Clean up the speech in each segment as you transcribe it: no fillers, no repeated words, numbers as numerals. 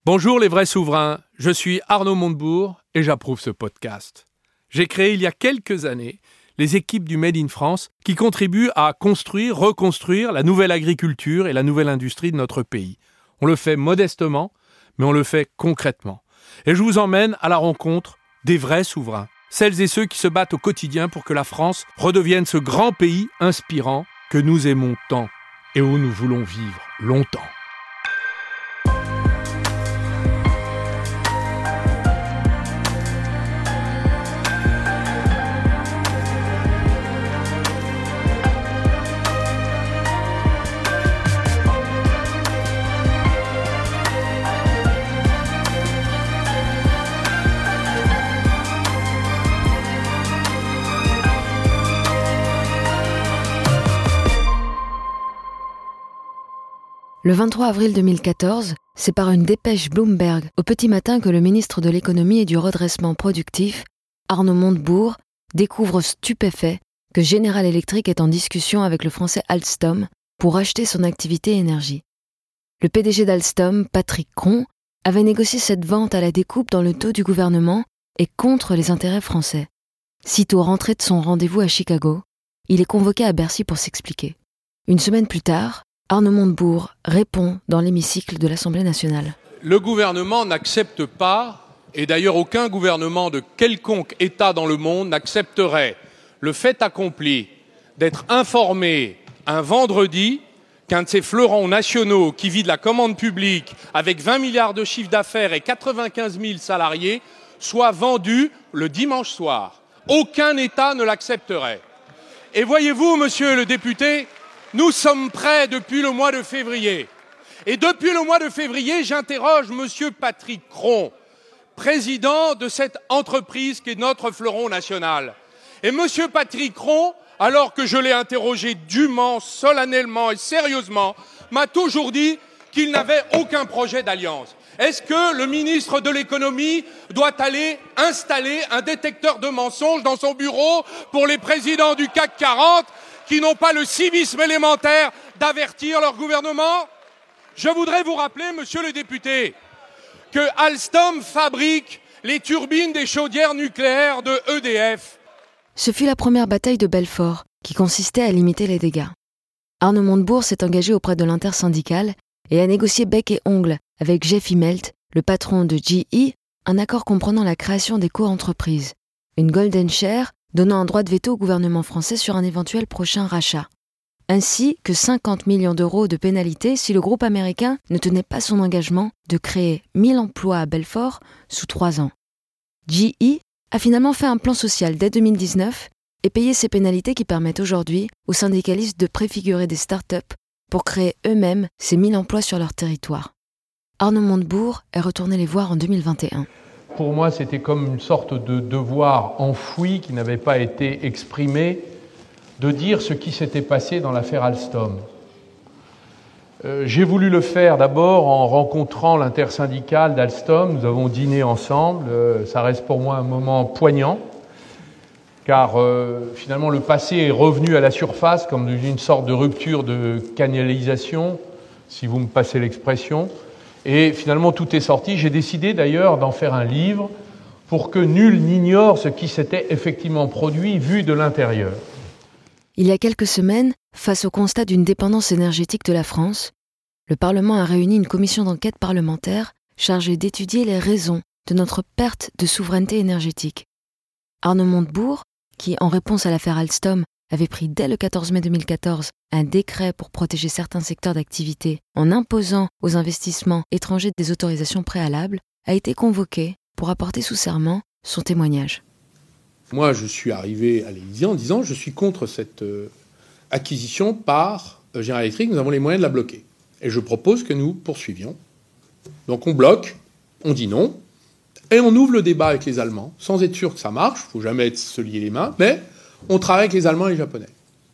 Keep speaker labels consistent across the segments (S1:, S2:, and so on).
S1: Bonjour les vrais souverains, je suis Arnaud Montebourg et j'approuve ce podcast. J'ai créé il y a quelques années les équipes du Made in France qui contribuent à construire, reconstruire la nouvelle agriculture et la nouvelle industrie de notre pays. On le fait modestement, mais on le fait concrètement. Et je vous emmène à la rencontre des vrais souverains, celles et ceux qui se battent au quotidien pour que la France redevienne ce grand pays inspirant que nous aimons tant et où nous voulons vivre longtemps.
S2: Le 23 avril 2014, c'est par une dépêche Bloomberg au petit matin que le ministre de l'économie et du redressement productif, Arnaud Montebourg, découvre stupéfait que General Electric est en discussion avec le français Alstom pour acheter son activité énergie. Le PDG d'Alstom, Patrick Cron, avait négocié cette vente à la découpe dans le dos du gouvernement et contre les intérêts français. Sitôt rentré de son rendez-vous à Chicago, il est convoqué à Bercy pour s'expliquer. Une semaine plus tard, Arnaud Montebourg répond dans l'hémicycle de l'Assemblée nationale.
S1: Le gouvernement n'accepte pas, et d'ailleurs aucun gouvernement de quelconque État dans le monde n'accepterait le fait accompli d'être informé un vendredi qu'un de ces fleurons nationaux qui vit de la commande publique avec 20 milliards de chiffre d'affaires et 95 000 salariés soit vendu le dimanche soir. Aucun État ne l'accepterait. Et voyez-vous, monsieur le député, nous sommes prêts depuis le mois de février. Et depuis le mois de février, j'interroge monsieur Patrick Cron, président de cette entreprise qui est notre fleuron national. Et monsieur Patrick Cron, alors que je l'ai interrogé dûment, solennellement et sérieusement, m'a toujours dit qu'il n'avait aucun projet d'alliance. Est-ce que le ministre de l'économie doit aller installer un détecteur de mensonges dans son bureau pour les présidents du CAC 40 qui n'ont pas le civisme élémentaire d'avertir leur gouvernement? Je voudrais vous rappeler, monsieur le député, que Alstom fabrique les turbines des chaudières nucléaires de EDF.
S2: Ce fut la première bataille de Belfort, qui consistait à limiter les dégâts. Arnaud Montebourg s'est engagé auprès de l'intersyndicale et a négocié bec et ongle avec Jeff Immelt, le patron de GE, un accord comprenant la création des co-entreprises, une golden share donnant un droit de veto au gouvernement français sur un éventuel prochain rachat, ainsi que 50 millions d'euros de pénalités si le groupe américain ne tenait pas son engagement de créer 1000 emplois à Belfort sous 3 ans. GE a finalement fait un plan social dès 2019 et payé ces pénalités qui permettent aujourd'hui aux syndicalistes de préfigurer des start-up pour créer eux-mêmes ces 1000 emplois sur leur territoire. Arnaud Montebourg est retourné les voir en 2021.
S1: Pour moi, c'était comme une sorte de devoir enfoui qui n'avait pas été exprimé, de dire ce qui s'était passé dans l'affaire Alstom. J'ai voulu le faire d'abord en rencontrant l'intersyndicale d'Alstom. Nous avons dîné ensemble. Ça reste pour moi un moment poignant, car finalement le passé est revenu à la surface comme une sorte de rupture de canalisation, si vous me passez l'expression. Et finalement, tout est sorti. J'ai décidé d'ailleurs d'en faire un livre pour que nul n'ignore ce qui s'était effectivement produit vu de l'intérieur.
S2: Il y a quelques semaines, face au constat d'une dépendance énergétique de la France, le Parlement a réuni une commission d'enquête parlementaire chargée d'étudier les raisons de notre perte de souveraineté énergétique. Arnaud Montebourg, qui, en réponse à l'affaire Alstom, avait pris dès le 14 mai 2014 un décret pour protéger certains secteurs d'activité en imposant aux investissements étrangers des autorisations préalables, a été convoqué pour apporter sous serment son témoignage.
S1: Moi, je suis arrivé à l'Élysée en disant « Je suis contre cette acquisition par General Electric, nous avons les moyens de la bloquer. Et je propose que nous poursuivions. » Donc on bloque, on dit non, et on ouvre le débat avec les Allemands, sans être sûr que ça marche, il ne faut jamais se lier les mains, mais on travaille avec les Allemands et les Japonais.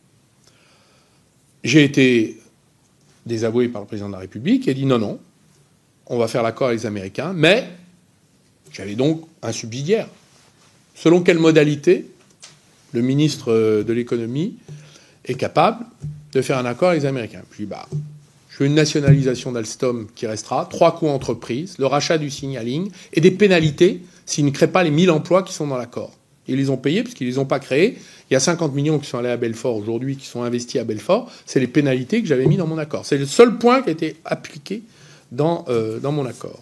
S1: J'ai été désavoué par le président de la République et dit non, on va faire l'accord avec les Américains, mais j'avais donc un subsidiaire. Selon quelle modalité le ministre de l'économie est capable de faire un accord avec les Américains? Je dis, je Je veux une nationalisation d'Alstom qui restera, 3 coûts entreprises, le rachat du signaling et des pénalités s'ils ne créent pas les 1000 emplois qui sont dans l'accord. Ils les ont payés parce qu'ils les ont pas créés. Il y a 50 millions qui sont allés à Belfort aujourd'hui, qui sont investis à Belfort. C'est les pénalités que j'avais mis dans mon accord. C'est le seul point qui a été appliqué dans mon accord.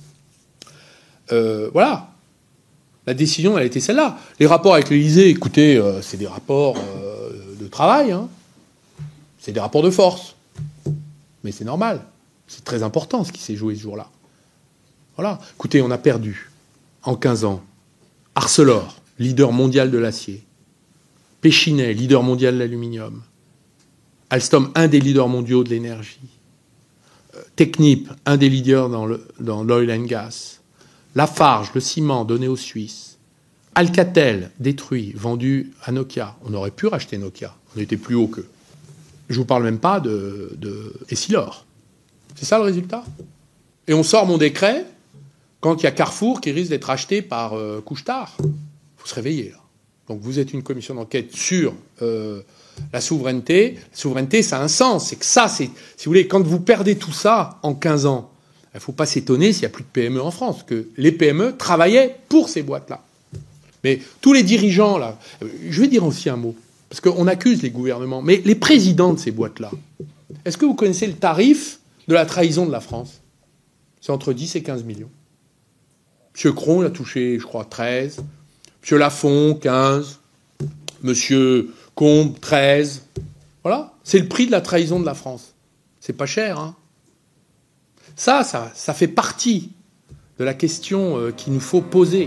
S1: Voilà. La décision, elle a été celle-là. Les rapports avec l'Élysée, écoutez, c'est des rapports de travail. Hein. C'est des rapports de force. Mais c'est normal. C'est très important ce qui s'est joué ce jour-là. Voilà. Écoutez, on a perdu, en 15 ans, Arcelor, leader mondial de l'acier. Péchinet, leader mondial de l'aluminium. Alstom, un des leaders mondiaux de l'énergie. Technip, un des leaders dans l'oil and gas. Lafarge, le ciment donné aux Suisses. Alcatel, détruit, vendu à Nokia. On aurait pu racheter Nokia. On était plus haut qu'eux. Je ne vous parle même pas de Essilor. C'est ça le résultat. Et on sort mon décret quand il y a Carrefour qui risque d'être acheté par Couche-Tard. Il faut se réveiller, là. Donc vous êtes une commission d'enquête sur la souveraineté. La souveraineté, ça a un sens. C'est que ça, si vous voulez, quand vous perdez tout ça en 15 ans, il ne faut pas s'étonner s'il n'y a plus de PME en France, que les PME travaillaient pour ces boîtes-là. Mais tous les dirigeants, là, je vais dire aussi un mot, parce qu'on accuse les gouvernements, mais les présidents de ces boîtes-là, est-ce que vous connaissez le tarif de la trahison de la France? C'est entre 10 et 15 millions. M. Cron, il a touché, je crois, 13. M. Lafont, 15. M. Combes, 13. Voilà. C'est le prix de la trahison de la France. C'est pas cher, hein. Ça fait partie de la question qu'il nous faut poser.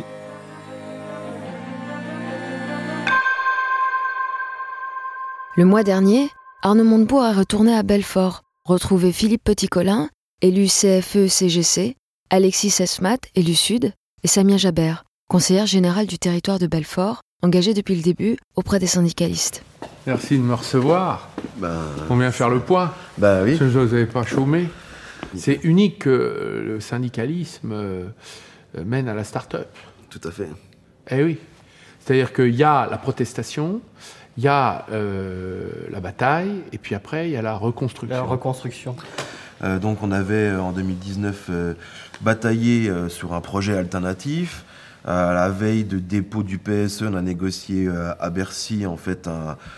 S2: Le mois dernier, Arnaud Montebourg est retourné à Belfort, retrouver Philippe Petit-Colin, élu CFE-CGC, Alexis Esmat, élu Sud, et Samia Jaber, conseillère générale du territoire de Belfort, engagée depuis le début auprès des syndicalistes.
S1: Merci de me recevoir. On vient faire le point.
S3: Oui.
S1: Je vous avais pas chômé. C'est unique que le syndicalisme mène à la start-up.
S3: Tout à fait.
S1: Eh oui. C'est-à-dire qu'il y a la protestation, il y a la bataille, et puis après, il y a la reconstruction.
S4: La reconstruction.
S3: Donc on avait en 2019 bataillé sur un projet alternatif. À la veille de dépôt du PSE, on a négocié à Bercy en fait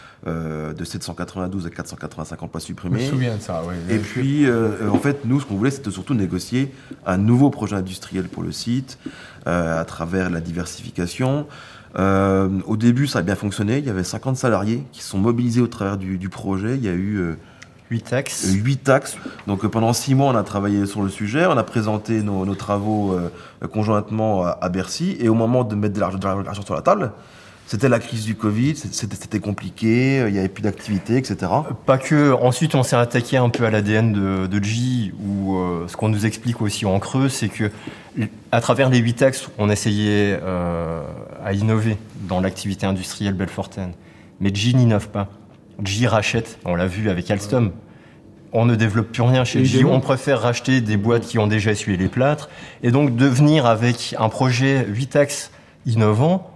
S3: de 792 à 485 emplois supprimés.
S1: Je me souviens de ça, oui.
S3: Et puis, en fait, nous, ce qu'on voulait, c'était surtout négocier un nouveau projet industriel pour le site, à travers la diversification. Au début, ça a bien fonctionné. Il y avait 50 salariés qui se sont mobilisés au travers du projet. Il y a eu
S4: 8 axes.
S3: 8 axes. Donc pendant 6 mois, on a travaillé sur le sujet. On a présenté nos travaux conjointement à Bercy. Et au moment de mettre de l'argent sur la table, c'était la crise du Covid, c'était compliqué, il n'y avait plus d'activité, etc.
S4: Pas que. Ensuite, on s'est attaqué un peu à l'ADN de GE, où ce qu'on nous explique aussi en creux, c'est que à travers les 8 axes, on essayait à innover dans l'activité industrielle belfortaine. Mais GE n'innove pas. GE rachète, on l'a vu avec Alstom. On ne développe plus rien chez GE, on préfère racheter des boîtes qui ont déjà essuyé les plâtres. Et donc, de venir avec un projet 8 axes innovant,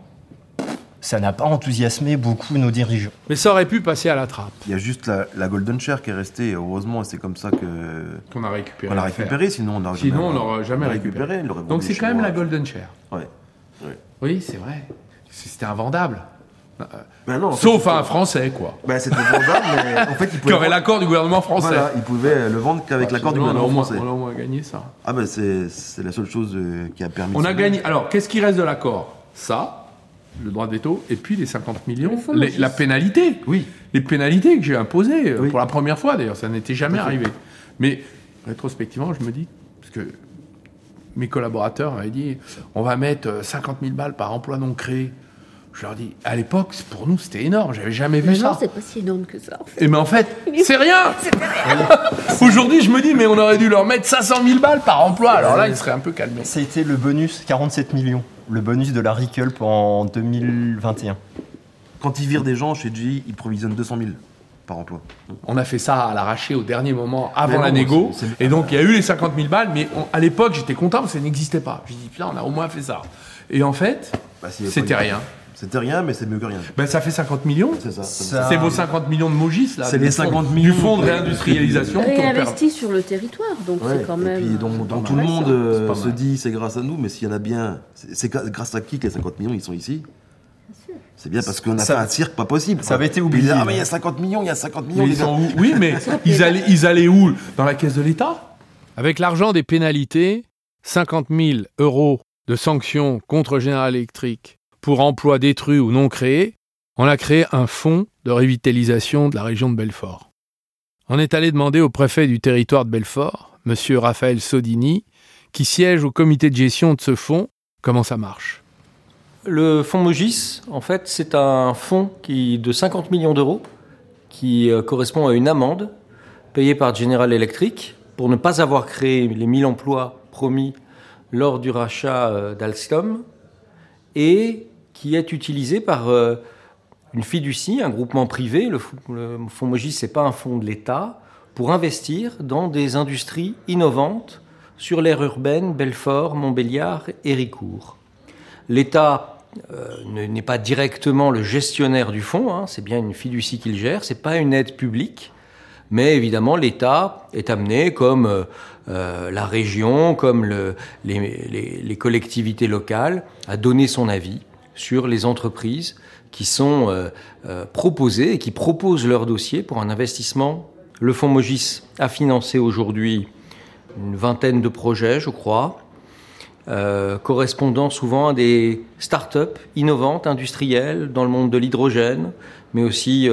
S4: ça n'a pas enthousiasmé beaucoup nos dirigeants.
S1: Mais ça aurait pu passer à la trappe.
S3: Il y a juste la Golden Share qui est restée, heureusement, et c'est comme ça
S1: qu'on a récupéré.
S3: Sinon
S1: on n'aurait jamais récupéré. Donc c'est quand même la Golden Share.
S3: Ouais.
S1: Oui, c'est vrai. C'était invendable.
S3: Non,
S1: sauf à un Français, quoi.
S3: C'était vendable, mais en fait, il pouvait...
S1: Qui aurait l'accord du gouvernement français.
S3: Voilà, il pouvait le vendre qu'avec l'accord du gouvernement français.
S1: On a au moins gagné ça.
S3: C'est la seule chose qui a permis...
S1: On a gagné... Alors, qu'est-ce qui reste de l'accord? Ça, le droit de veto, et puis les 50 millions, la pénalité.
S3: Oui.
S1: Les pénalités que j'ai imposées, pour la première fois d'ailleurs, ça n'était jamais arrivé. Mais rétrospectivement, je me dis, parce que mes collaborateurs avaient dit, on va mettre 50 000 balles par emploi non créé. Je leur dis, à l'époque, pour nous, c'était énorme, j'avais jamais vu ça.
S5: Non, c'est pas si énorme que ça. En fait.
S1: Et mais en fait, c'est rien. Aujourd'hui, je me dis, mais on aurait dû leur mettre 500 000 balles par emploi. Alors là, ils seraient un peu calmés.
S4: Ça a été le bonus, 47 millions. Le bonus de la Riculp en 2021.
S3: Quand ils virent des gens chez GE, ils provisionnent 200 000 par emploi.
S1: On a fait ça à l'arraché au dernier moment, avant la négo. Et donc, il y a eu les 50 000 balles, mais à l'époque, j'étais content parce que ça n'existait pas. J'ai dit, putain, on a au moins fait ça. Et en fait, c'était rien.
S3: C'était rien, mais c'est mieux que rien.
S5: Ben, ça fait 50 millions.
S3: C'est ça.
S5: C'est vos 50 millions de Mogis, là.
S3: C'est les 50
S5: du
S3: millions.
S5: fonds de réindustrialisation.
S6: Et investi sur le territoire, donc c'est quand même...
S3: Et puis donc tout le monde se dit c'est grâce à nous, mais s'il y en a bien, c'est grâce à qui que les 50 millions ils sont ici? C'est bien parce qu'on a fait un cirque pas possible.
S4: Ça avait été oublié.
S3: Mais il y a 50 millions, il y a 50 millions.
S5: Mais ils sont où? Oui, mais ils allaient où? Dans la caisse de l'État?
S1: Avec l'argent des pénalités, 50 000 € de sanctions contre General Electric pour emplois détruits ou non créés, on a créé un fonds de revitalisation de la région de Belfort. On est allé demander au préfet du territoire de Belfort, M. Raphaël Sodini, qui siège au comité de gestion de ce fonds, comment ça marche.
S7: Le fonds Mogis, en fait, c'est un fonds de 50 millions d'euros qui correspond à une amende payée par General Electric pour ne pas avoir créé les 1000 emplois promis lors du rachat d'Alstom et qui est utilisé par une fiducie, un groupement privé. Le fonds Mogis, ce n'est pas un fonds de l'État, pour investir dans des industries innovantes sur l'aire urbaine Belfort, Montbéliard et Héricourt. L'État n'est pas directement le gestionnaire du fonds, c'est bien une fiducie qui le gère, ce n'est pas une aide publique, mais évidemment l'État est amené, comme la région, comme les collectivités locales, à donner son avis sur les entreprises qui sont proposées et qui proposent leur dossier pour un investissement. Le fonds Mogis a financé aujourd'hui une vingtaine de projets, je crois, correspondant souvent à des start-up innovantes, industrielles, dans le monde de l'hydrogène, mais aussi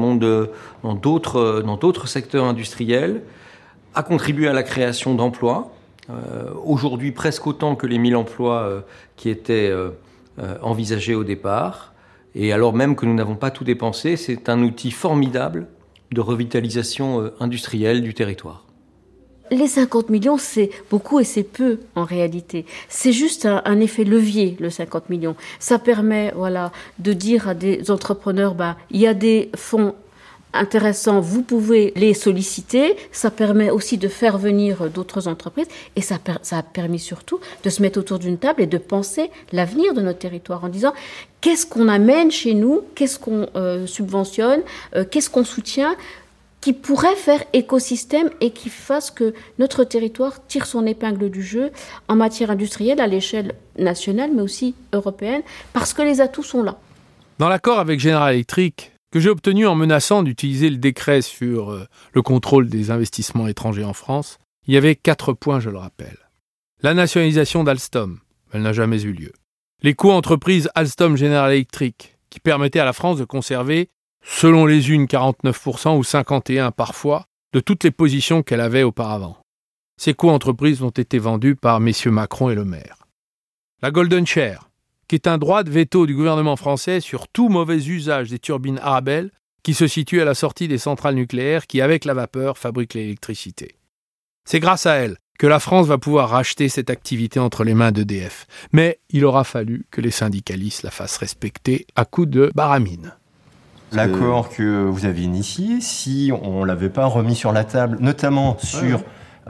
S7: dans d'autres secteurs industriels, a contribué à la création d'emplois, aujourd'hui presque autant que les 1000 emplois qui étaient envisagés au départ. Et alors même que nous n'avons pas tout dépensé, c'est un outil formidable de revitalisation industrielle du territoire.
S6: Les 50 millions, c'est beaucoup et c'est peu en réalité. C'est juste un effet levier, le 50 millions. Ça permet de dire à des entrepreneurs, il y a des fonds intéressants, vous pouvez les solliciter. Ça permet aussi de faire venir d'autres entreprises et ça a permis surtout de se mettre autour d'une table et de penser l'avenir de notre territoire en disant qu'est-ce qu'on amène chez nous, qu'est-ce qu'on subventionne, qu'est-ce qu'on soutient, qui pourrait faire écosystème et qui fasse que notre territoire tire son épingle du jeu en matière industrielle à l'échelle nationale, mais aussi européenne, parce que les atouts sont là.
S1: Dans l'accord avec General Electric, que j'ai obtenu en menaçant d'utiliser le décret sur le contrôle des investissements étrangers en France, il y avait 4 points, je le rappelle. La nationalisation d'Alstom, elle n'a jamais eu lieu. Les co-entreprises Alstom General Electric, qui permettaient à la France de conserver selon les unes 49% ou 51% parfois, de toutes les positions qu'elle avait auparavant. Ces co-entreprises ont été vendues par messieurs Macron et Le Maire. La Golden Share, qui est un droit de veto du gouvernement français sur tout mauvais usage des turbines Arabelle qui se situent à la sortie des centrales nucléaires qui, avec la vapeur, fabriquent l'électricité. C'est grâce à elle que la France va pouvoir racheter cette activité entre les mains d'EDF. Mais il aura fallu que les syndicalistes la fassent respecter à coups de baramine.
S4: L'accord que vous avez initié, si on ne l'avait pas remis sur la table, notamment sur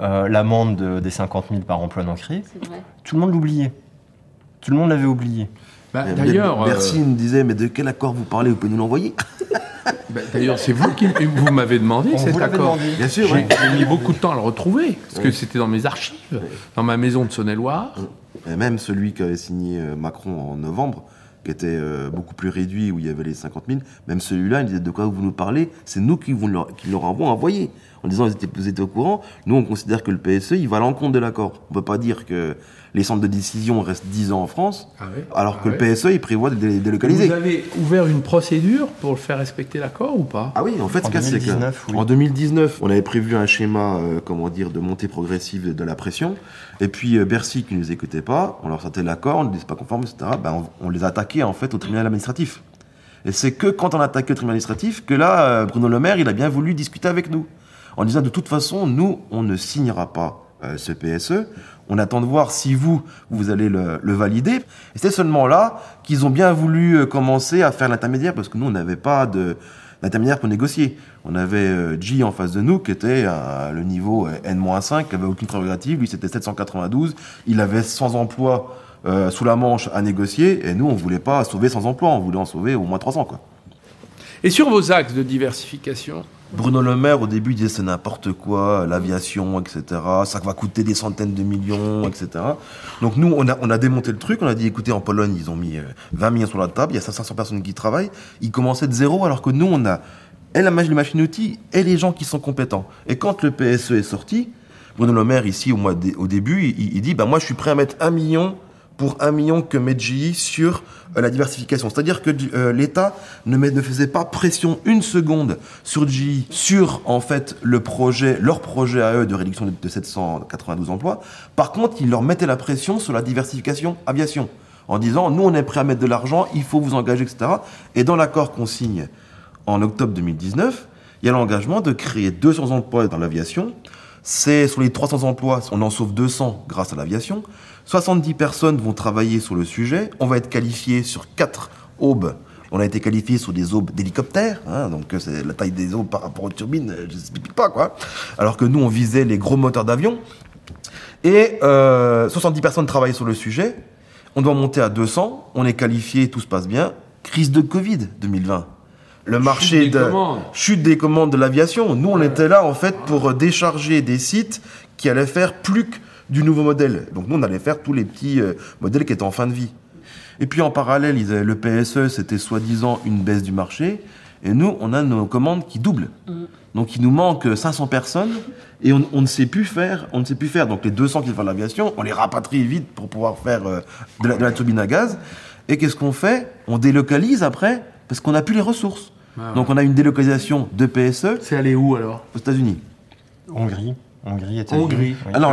S4: l'amende des 50 000 par emploi non créé, tout le monde l'oubliait. Tout le monde l'avait oublié.
S1: D'ailleurs,
S3: Bercy me disait, mais de quel accord vous parlez, vous pouvez nous l'envoyer?
S5: D'ailleurs, c'est vous qui m'avez demandé cet accord.
S3: Bien sûr,
S5: j'ai mis beaucoup de temps à le retrouver, parce que c'était dans mes archives, dans ma maison de Saône-et-Loire.
S3: Et même celui qu'avait signé Macron en novembre, qui était beaucoup plus réduit, où il y avait les 50 000, même celui-là, il disait de quoi vous nous parlez, c'est nous qui leur avons envoyé. En disant, vous étiez au courant, nous on considère que le PSE, il va à l'encontre de l'accord. On ne peut pas dire que les centres de décision restent 10 ans en France, alors que le PSE, il prévoit de les délocaliser.
S5: Vous avez ouvert une procédure pour faire respecter l'accord ou pas?
S3: Ah oui, en fait, en 2019, on avait prévu un schéma, de montée progressive de la pression, et puis Bercy, qui ne nous écoutait pas, on leur sortait l'accord, on ne disait pas conforme, etc., on les attaquait en fait au tribunal administratif. Et c'est que quand on attaquait au tribunal administratif que là, Bruno Le Maire, il a bien voulu discuter avec nous. En disant, de toute façon, nous, on ne signera pas ce PSE. On attend de voir si vous allez le valider. Et c'est seulement là qu'ils ont bien voulu commencer à faire l'intermédiaire, parce que nous, on n'avait pas d'intermédiaire pour négocier. On avait G en face de nous, qui était le niveau N-5, qui avait aucune prérogative. Lui, c'était 792. Il avait 100 emplois sous la Manche à négocier, et nous, on voulait pas sauver 100 emplois, on voulait en sauver au moins 300, quoi.
S5: Et sur vos axes de diversification?
S3: Bruno Le Maire, au début, disait c'est n'importe quoi, l'aviation, etc. Ça va coûter des centaines de millions, etc. Donc nous, on a démonté le truc. On a dit, écoutez, en Pologne, ils ont mis 20 millions sur la table. Il y a 500 personnes qui travaillent. Ils commençaient de zéro, alors que nous, on a les machines-outils et les gens qui sont compétents. Et quand le PSE est sorti, Bruno Le Maire, ici, au début, il dit, moi, je suis prêt à mettre 1 million pour 1 million que met GE sur la diversification. C'est-à-dire que l'État ne faisait pas pression une seconde sur GE, sur en fait leur projet à eux de réduction de 792 emplois. Par contre, il leur mettait la pression sur la diversification aviation, en disant, nous on est prêt à mettre de l'argent, il faut vous engager, etc. Et dans l'accord qu'on signe en octobre 2019, il y a l'engagement de créer 200 emplois dans l'aviation. C'est sur les 300 emplois, on en sauve 200 grâce à l'aviation. 70 personnes vont travailler sur le sujet. On va être qualifié sur 4 aubes. On a été qualifié sur des aubes d'hélicoptères, donc c'est la taille des aubes par rapport aux turbines, je ne explique pas, quoi. Alors que nous, on visait les gros moteurs d'avion. Et 70 personnes travaillent sur le sujet. On doit monter à 200. On est qualifié, tout se passe bien. Crise de Covid 2020. Le marché chute des commandes de l'aviation. Nous, on était là, en fait, pour décharger des sites qui allaient faire plus que du nouveau modèle. Donc nous, on allait faire tous les petits modèles qui étaient en fin de vie. Et puis en parallèle, le PSE, c'était soi-disant une baisse du marché. Et nous, on a nos commandes qui doublent. Donc il nous manque 500 personnes et on ne sait plus faire. Donc les 200 qui font l'aviation, on les rapatrie vite pour pouvoir faire de la turbine à gaz. Et qu'est-ce qu'on fait? On délocalise après parce qu'on n'a plus les ressources. Donc on a une délocalisation de PSE.
S5: C'est allé où alors?
S3: Aux États-Unis.
S4: Hongrie,
S5: Hongrie.
S4: Oui.
S3: Alors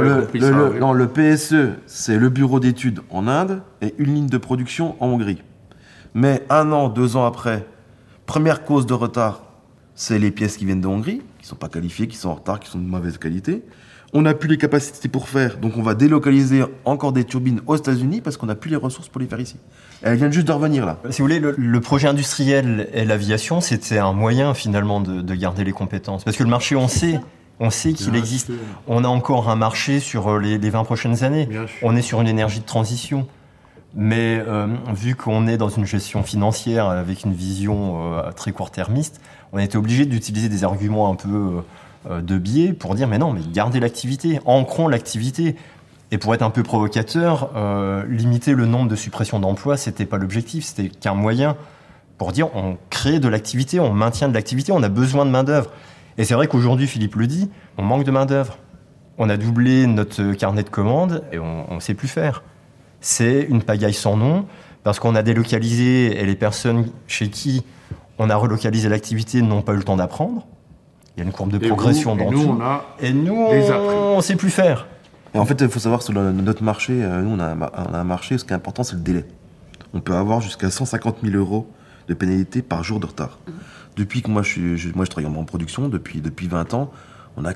S3: le PSE, c'est le bureau d'études en Inde et une ligne de production en Hongrie. Mais 1 an, 2 ans après, première cause de retard, c'est les pièces qui viennent de Hongrie, qui ne sont pas qualifiées, qui sont en retard, qui sont de mauvaise qualité. On n'a plus les capacités pour faire, donc on va délocaliser encore des turbines aux États-Unis parce qu'on n'a plus les ressources pour les faire ici. Elles viennent juste de revenir là.
S4: Si vous voulez, le projet industriel et l'aviation, c'était un moyen finalement de garder les compétences. Parce que le marché, on sait qu'il existe. On a encore un marché sur les 20 prochaines années. On est sur une énergie de transition. Mais vu qu'on est dans une gestion financière avec une vision très court-termiste, on a été obligé d'utiliser des arguments un peu de biais pour dire mais non, mais gardez l'activité, ancrons l'activité. Et pour être un peu provocateur, limiter le nombre de suppressions d'emplois, c'était pas l'objectif, c'était qu'un moyen pour dire on crée de l'activité, on maintient de l'activité, on a besoin de main-d'œuvre. Et c'est vrai qu'aujourd'hui, Philippe le dit, on manque de main-d'œuvre. On a doublé notre carnet de commandes et on ne sait plus faire. C'est une pagaille sans nom parce qu'on a délocalisé et les personnes chez qui on a relocalisé l'activité n'ont pas eu le temps d'apprendre. Il y a une courbe de progression dans tout. Et nous, on ne sait plus faire.
S3: Et en fait, il faut savoir sur notre marché, nous on a un marché, ce qui est important, c'est le délai. On peut avoir jusqu'à 150 000 € de pénalité par jour de retard. Depuis que moi je travaille en production, depuis 20 ans, on a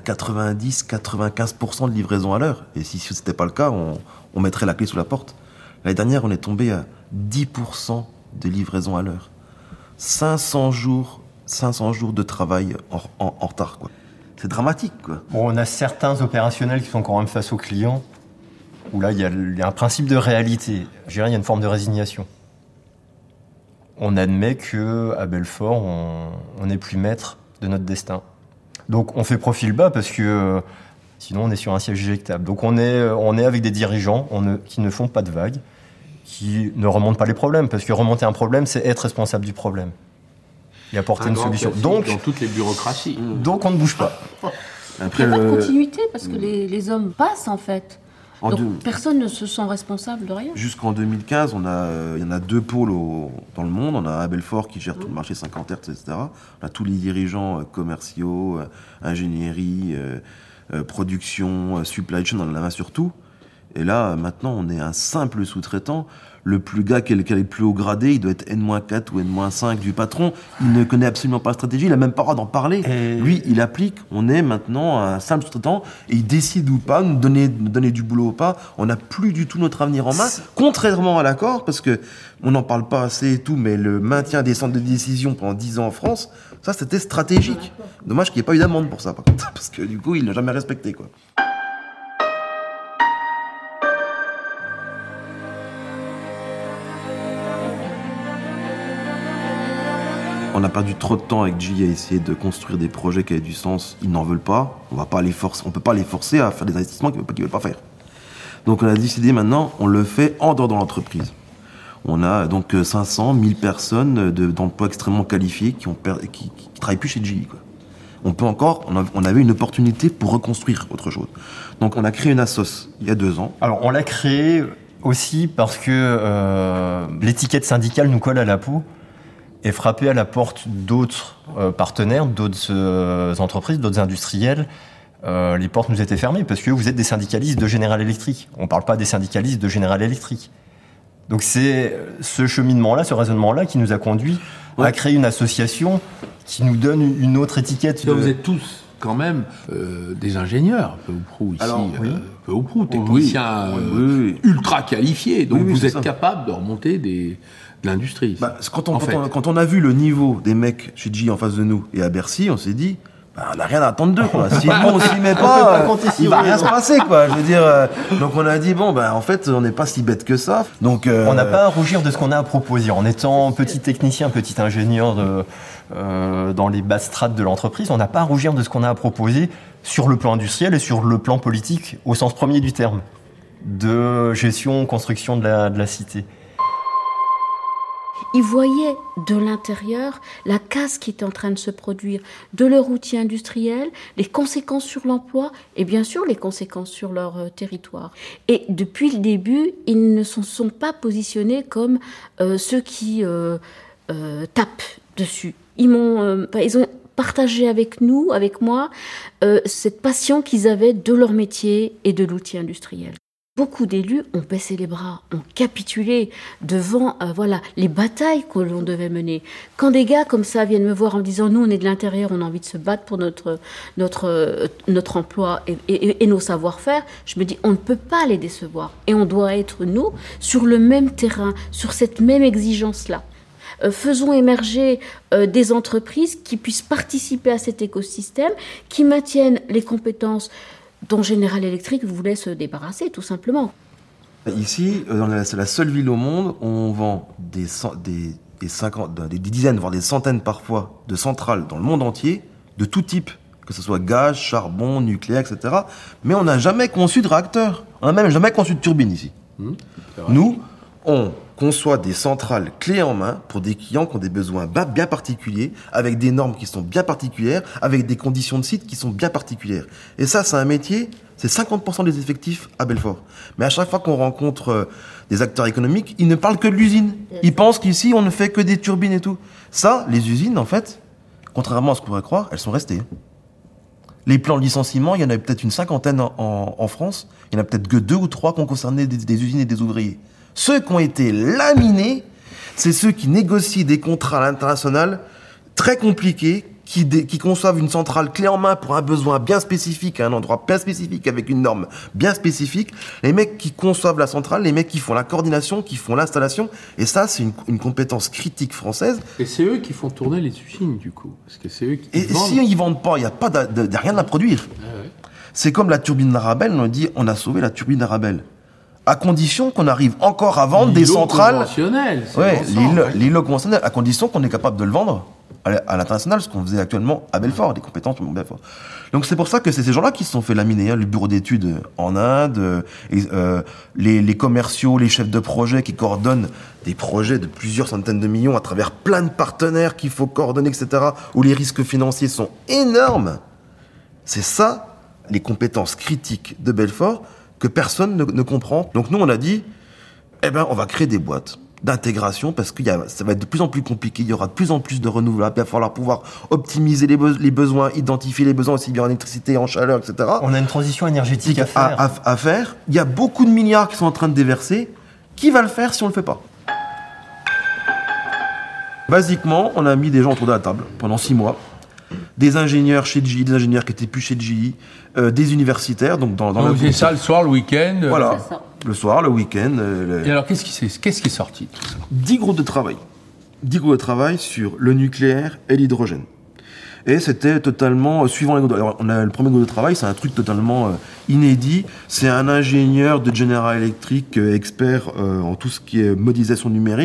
S3: 90-95% de livraison à l'heure. Et si ce n'était pas le cas, on mettrait la clé sous la porte. L'année dernière, on est tombé à 10% de livraison à l'heure. 500 jours de travail en retard, quoi. C'est dramatique, quoi.
S4: Bon, on a certains opérationnels qui sont quand même face aux clients, où là, il y a un principe de réalité. Je dirais, il y a une forme de résignation. On admet qu'à Belfort, on n'est plus maître de notre destin. Donc on fait profil bas parce que sinon on est sur un siège éjectable. Donc on est avec des dirigeants qui ne font pas de vagues, qui ne remontent pas les problèmes. Parce que remonter un problème, c'est être responsable du problème. Et apporter une solution.
S5: Donc, dans toutes les bureaucraties.
S4: Donc on ne bouge pas.
S6: Après, il n'y a pas de continuité parce que les hommes passent en fait. Donc personne ne se sent responsable de rien.
S3: Jusqu'en 2015, il y en a 2 pôles dans le monde. On a à Belfort qui gère tout le marché 50 Hz, etc. On a tous les dirigeants commerciaux, ingénierie, production, supply chain, on en a main sur tout. Et là, maintenant, on est un simple sous-traitant. Le gars qui est le plus haut gradé, il doit être N-4 ou N-5 du patron. Il ne connaît absolument pas la stratégie, il n'a même pas le droit d'en parler. Lui, il applique. On est maintenant un simple sous-traitant et il décide ou pas, nous donner du boulot ou pas. On n'a plus du tout notre avenir en main, contrairement à l'accord, parce que on n'en parle pas assez et tout, mais le maintien des centres de décision pendant 10 ans en France, ça, c'était stratégique. Dommage qu'il n'y ait pas eu d'amende pour ça, par contre, parce que du coup, il l'a jamais respecté, quoi. On a perdu trop de temps avec GE à essayer de construire des projets qui avaient du sens. Ils n'en veulent pas. On peut pas les forcer à faire des investissements qu'ils veulent pas faire. Donc on a décidé maintenant, on le fait en dehors de l'entreprise. On a donc 500, 1000 personnes d'emplois extrêmement qualifiés qui travaillent plus chez GE, quoi. On avait une opportunité pour reconstruire autre chose. Donc on a créé une assoce il y a 2 ans.
S4: Alors on l'a créé aussi parce que l'étiquette syndicale nous colle à la peau et frapper à la porte d'autres partenaires, d'autres entreprises, d'autres industriels. Les portes nous étaient fermées parce que vous êtes des syndicalistes de General Electric. On ne parle pas des syndicalistes de General Electric. Donc c'est ce cheminement-là, ce raisonnement-là qui nous a conduit à créer une association qui nous donne une autre étiquette.
S5: Vous êtes tous quand même des ingénieurs, peu ou prou ici, peu ou prou, techniciens ultra qualifiés. Donc vous êtes capables de remonter de l'industrie.
S3: Quand on a vu le niveau des mecs chez GE en face de nous et à Bercy, on s'est dit, on n'a rien à attendre d'eux, quoi. Si on s'y met pas, il va rien se passer, quoi. Je veux dire, donc on a dit, en fait, on n'est pas si bête que ça. Donc,
S4: on n'a pas à rougir de ce qu'on a à proposer. En étant petit technicien, petit ingénieur dans les basses strates de l'entreprise, on n'a pas à rougir de ce qu'on a à proposer sur le plan industriel et sur le plan politique, au sens premier du terme, de gestion, construction de la cité.
S6: Ils voyaient de l'intérieur la casse qui était en train de se produire de leur outil industriel, les conséquences sur l'emploi et bien sûr les conséquences sur leur territoire. Et depuis le début, ils ne se sont pas positionnés comme ceux qui tapent dessus. Ils ont partagé avec moi, cette passion qu'ils avaient de leur métier et de l'outil industriel. Beaucoup d'élus ont baissé les bras, ont capitulé devant les batailles que l'on devait mener. Quand des gars comme ça viennent me voir en me disant « Nous, on est de l'intérieur, on a envie de se battre pour notre emploi et nos savoir-faire », je me dis « On ne peut pas les décevoir. Et on doit être, nous, sur le même terrain, sur cette même exigence-là. Faisons émerger des entreprises qui puissent participer à cet écosystème, qui maintiennent les compétences dont General Electric voulait se débarrasser, tout simplement.
S3: Ici, c'est la seule ville au monde où on vend des dizaines, voire des centaines parfois, de centrales dans le monde entier, de tout type, que ce soit gaz, charbon, nucléaire, etc. Mais on n'a jamais conçu de réacteur. On n'a même jamais conçu de turbine ici. Nous, on conçoit des centrales clés en main pour des clients qui ont des besoins bien particuliers, avec des normes qui sont bien particulières, avec des conditions de site qui sont bien particulières. Et ça, c'est un métier, c'est 50% des effectifs à Belfort. Mais à chaque fois qu'on rencontre des acteurs économiques, ils ne parlent que de l'usine. Ils pensent qu'ici, on ne fait que des turbines et tout. Ça, les usines, en fait, contrairement à ce qu'on pourrait croire, elles sont restées. Les plans de licenciement, il y en a peut-être une cinquantaine en France. Il y en a peut-être que 2 ou 3 qui ont concerné des usines et des ouvriers. Ceux qui ont été laminés, c'est ceux qui négocient des contrats à l'international très compliqués, qui conçoivent une centrale clé en main pour un besoin bien spécifique, à un endroit bien spécifique, avec une norme bien spécifique. Les mecs qui conçoivent la centrale, les mecs qui font la coordination, qui font l'installation. Et ça, c'est une compétence critique française.
S5: Et c'est eux qui font tourner les usines, du coup. Parce que c'est eux qui
S3: vendent. Si ils vendent pas, il n'y a pas rien à produire. Ah ouais. C'est comme la turbine d'Arabelle, on dit on a sauvé la turbine d'Arabelle. À condition qu'on arrive encore à vendre des centrales. L'îlot conventionnel, à condition qu'on est capable de le vendre à l'international, ce qu'on faisait actuellement à Belfort, des compétences à Belfort. Donc c'est pour ça que c'est ces gens-là qui se sont fait laminer, le bureau d'études en Inde, les commerciaux, les chefs de projet qui coordonnent des projets de plusieurs centaines de millions à travers plein de partenaires qu'il faut coordonner, etc., où les risques financiers sont énormes. C'est ça, les compétences critiques de Belfort, que personne ne comprend. Donc nous, on a dit, on va créer des boîtes d'intégration parce que ça va être de plus en plus compliqué, il y aura de plus en plus de renouvelables, il va falloir pouvoir optimiser les besoins, identifier les besoins aussi bien en électricité, en chaleur, etc.
S4: On a une transition énergétique
S3: à faire. Il y a beaucoup de milliards qui sont en train de déverser. Qui va le faire si on ne le fait pas ? Basiquement, on a mis des gens autour de la table pendant 6 mois. Des ingénieurs chez GE, des ingénieurs qui n'étaient plus chez GE, des universitaires. Donc dans
S5: vous faisiez ça le soir, le week-end.
S3: Voilà, le soir, le week-end.
S5: Et alors, qu'est-ce qui est sorti de tout ça ?
S3: 10 groupes de travail. 10 groupes de travail sur le nucléaire et l'hydrogène. Et c'était totalement suivant les groupes. Alors, on a le premier groupe de travail, c'est un truc totalement inédit. C'est un ingénieur de General Electric, expert en tout ce qui est modélisation numérique,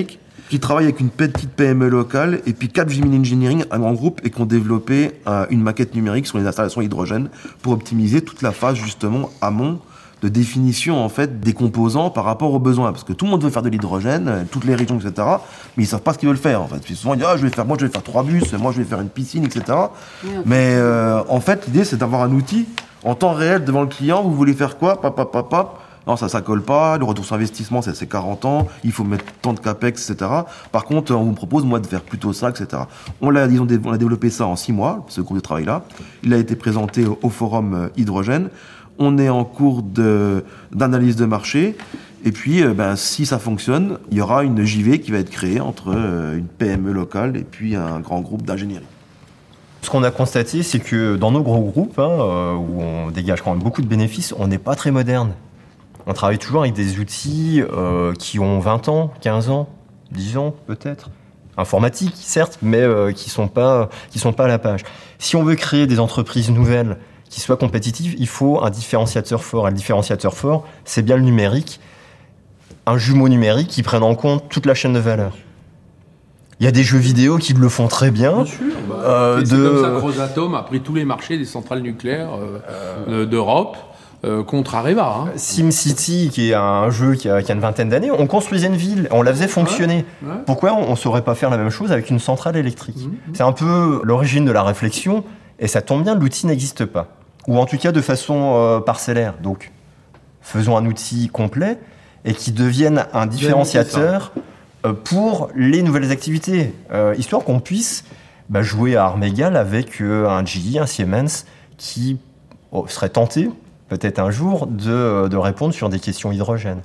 S3: qui travaillent avec une petite PME locale et puis Capgemini Engineering, un grand groupe, et qui ont développé une maquette numérique sur les installations hydrogène pour optimiser toute la phase justement amont de définition en fait des composants par rapport aux besoins, parce que tout le monde veut faire de l'hydrogène, toutes les régions, etc., mais ils savent pas ce qu'ils veulent faire en fait. Puis souvent ils disent moi je vais faire 3 bus, moi je vais faire une piscine, etc. Mais en fait l'idée c'est d'avoir un outil en temps réel devant le client. Vous voulez faire quoi? Non, ça colle pas. Le retour sur investissement, c'est 40 ans. Il faut mettre tant de capex, etc. Par contre, on vous propose, moi, de faire plutôt ça, etc. On a développé ça en 6 mois, ce groupe de travail-là. Il a été présenté au forum hydrogène. On est en cours d'analyse de marché. Et puis, si ça fonctionne, il y aura une JV qui va être créée entre une PME locale et puis un grand groupe d'ingénierie.
S4: Ce qu'on a constaté, c'est que dans nos gros groupes, où on dégage quand même beaucoup de bénéfices, on n'est pas très moderne. On travaille toujours avec des outils qui ont 20 ans, 15 ans, 10 ans peut-être. Informatiques, certes, mais qui sont pas à la page. Si on veut créer des entreprises nouvelles qui soient compétitives, il faut un différenciateur fort. Et le différenciateur fort, c'est bien le numérique. Un jumeau numérique qui prenne en compte toute la chaîne de valeur. Il y a des jeux vidéo qui le font très bien.
S5: Bien sûr. C'est comme ça que Rosatom a pris tous les marchés des centrales nucléaires d'Europe. Contre Areva.
S4: SimCity, qui est un jeu qui a une vingtaine d'années, on construisait une ville, on la faisait fonctionner. Ouais. Pourquoi on ne saurait pas faire la même chose avec une centrale électrique? C'est un peu l'origine de la réflexion, et ça tombe bien, l'outil n'existe pas. Ou en tout cas de façon parcellaire. Donc, faisons un outil complet et qui devienne un différenciateur pour les nouvelles activités, histoire qu'on puisse jouer à armes égales avec un GE, un Siemens, qui serait tenté peut-être un jour, de répondre sur des questions hydrogène.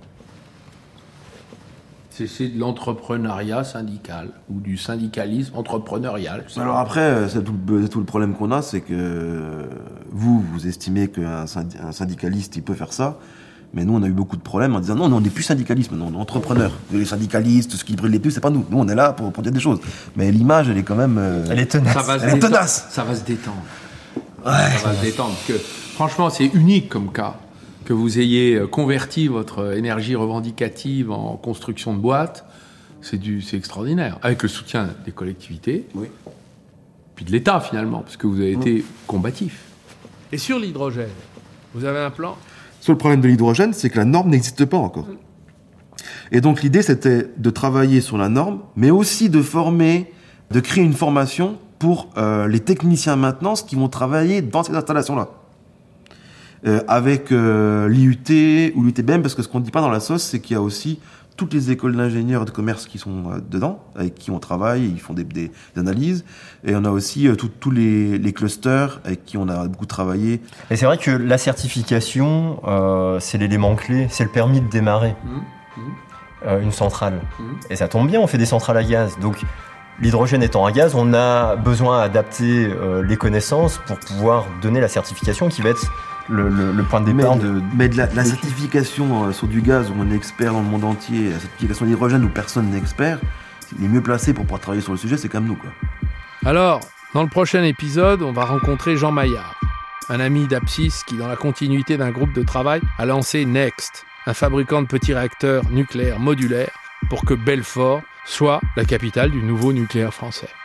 S5: C'est de l'entrepreneuriat syndical, ou du syndicalisme entrepreneurial.
S3: Alors après, c'est tout le problème qu'on a, c'est que vous estimez qu'un syndicaliste, il peut faire ça, mais nous, on a eu beaucoup de problèmes en disant non, on n'est plus syndicalisme, non, on est entrepreneur. Les syndicalistes, ce qui brille les plus, c'est pas nous. Nous, on est là pour dire des choses. Mais l'image, elle est quand même...
S4: Elle est tenace.
S5: Ça va se détendre. Ouais, ça va se détendre, parce que franchement, c'est unique comme cas que vous ayez converti votre énergie revendicative en construction de boîtes. C'est extraordinaire, avec le soutien des collectivités, puis de l'État finalement, parce que vous avez été combatif.
S1: Et sur l'hydrogène, vous avez un plan?
S3: Sur le problème de l'hydrogène, c'est que la norme n'existe pas encore. Et donc l'idée, c'était de travailler sur la norme, mais aussi de créer une formation pour les techniciens maintenance qui vont travailler dans ces installations-là. Avec l'IUT ou l'UTBM, parce que ce qu'on ne dit pas dans la sauce, c'est qu'il y a aussi toutes les écoles d'ingénieurs de commerce qui sont dedans, avec qui on travaille, ils font des analyses. Et on a aussi tous les clusters avec qui on a beaucoup travaillé.
S4: Et c'est vrai que la certification, c'est l'élément clé, c'est le permis de démarrer une centrale. Et ça tombe bien, on fait des centrales à gaz. Donc, l'hydrogène étant à gaz, on a besoin d'adapter les connaissances pour pouvoir donner la certification qui va être le point de départ.
S3: Mais la certification sur du gaz où on est expert dans le monde entier, la certification d'hydrogène où personne n'est expert, les mieux placés pour pouvoir travailler sur le sujet, c'est quand même nous, quoi.
S1: Alors, dans le prochain épisode, on va rencontrer Jean Maillard, un ami d'Apsys qui, dans la continuité d'un groupe de travail, a lancé Next, un fabricant de petits réacteurs nucléaires modulaires pour que Belfort soit la capitale du nouveau nucléaire français.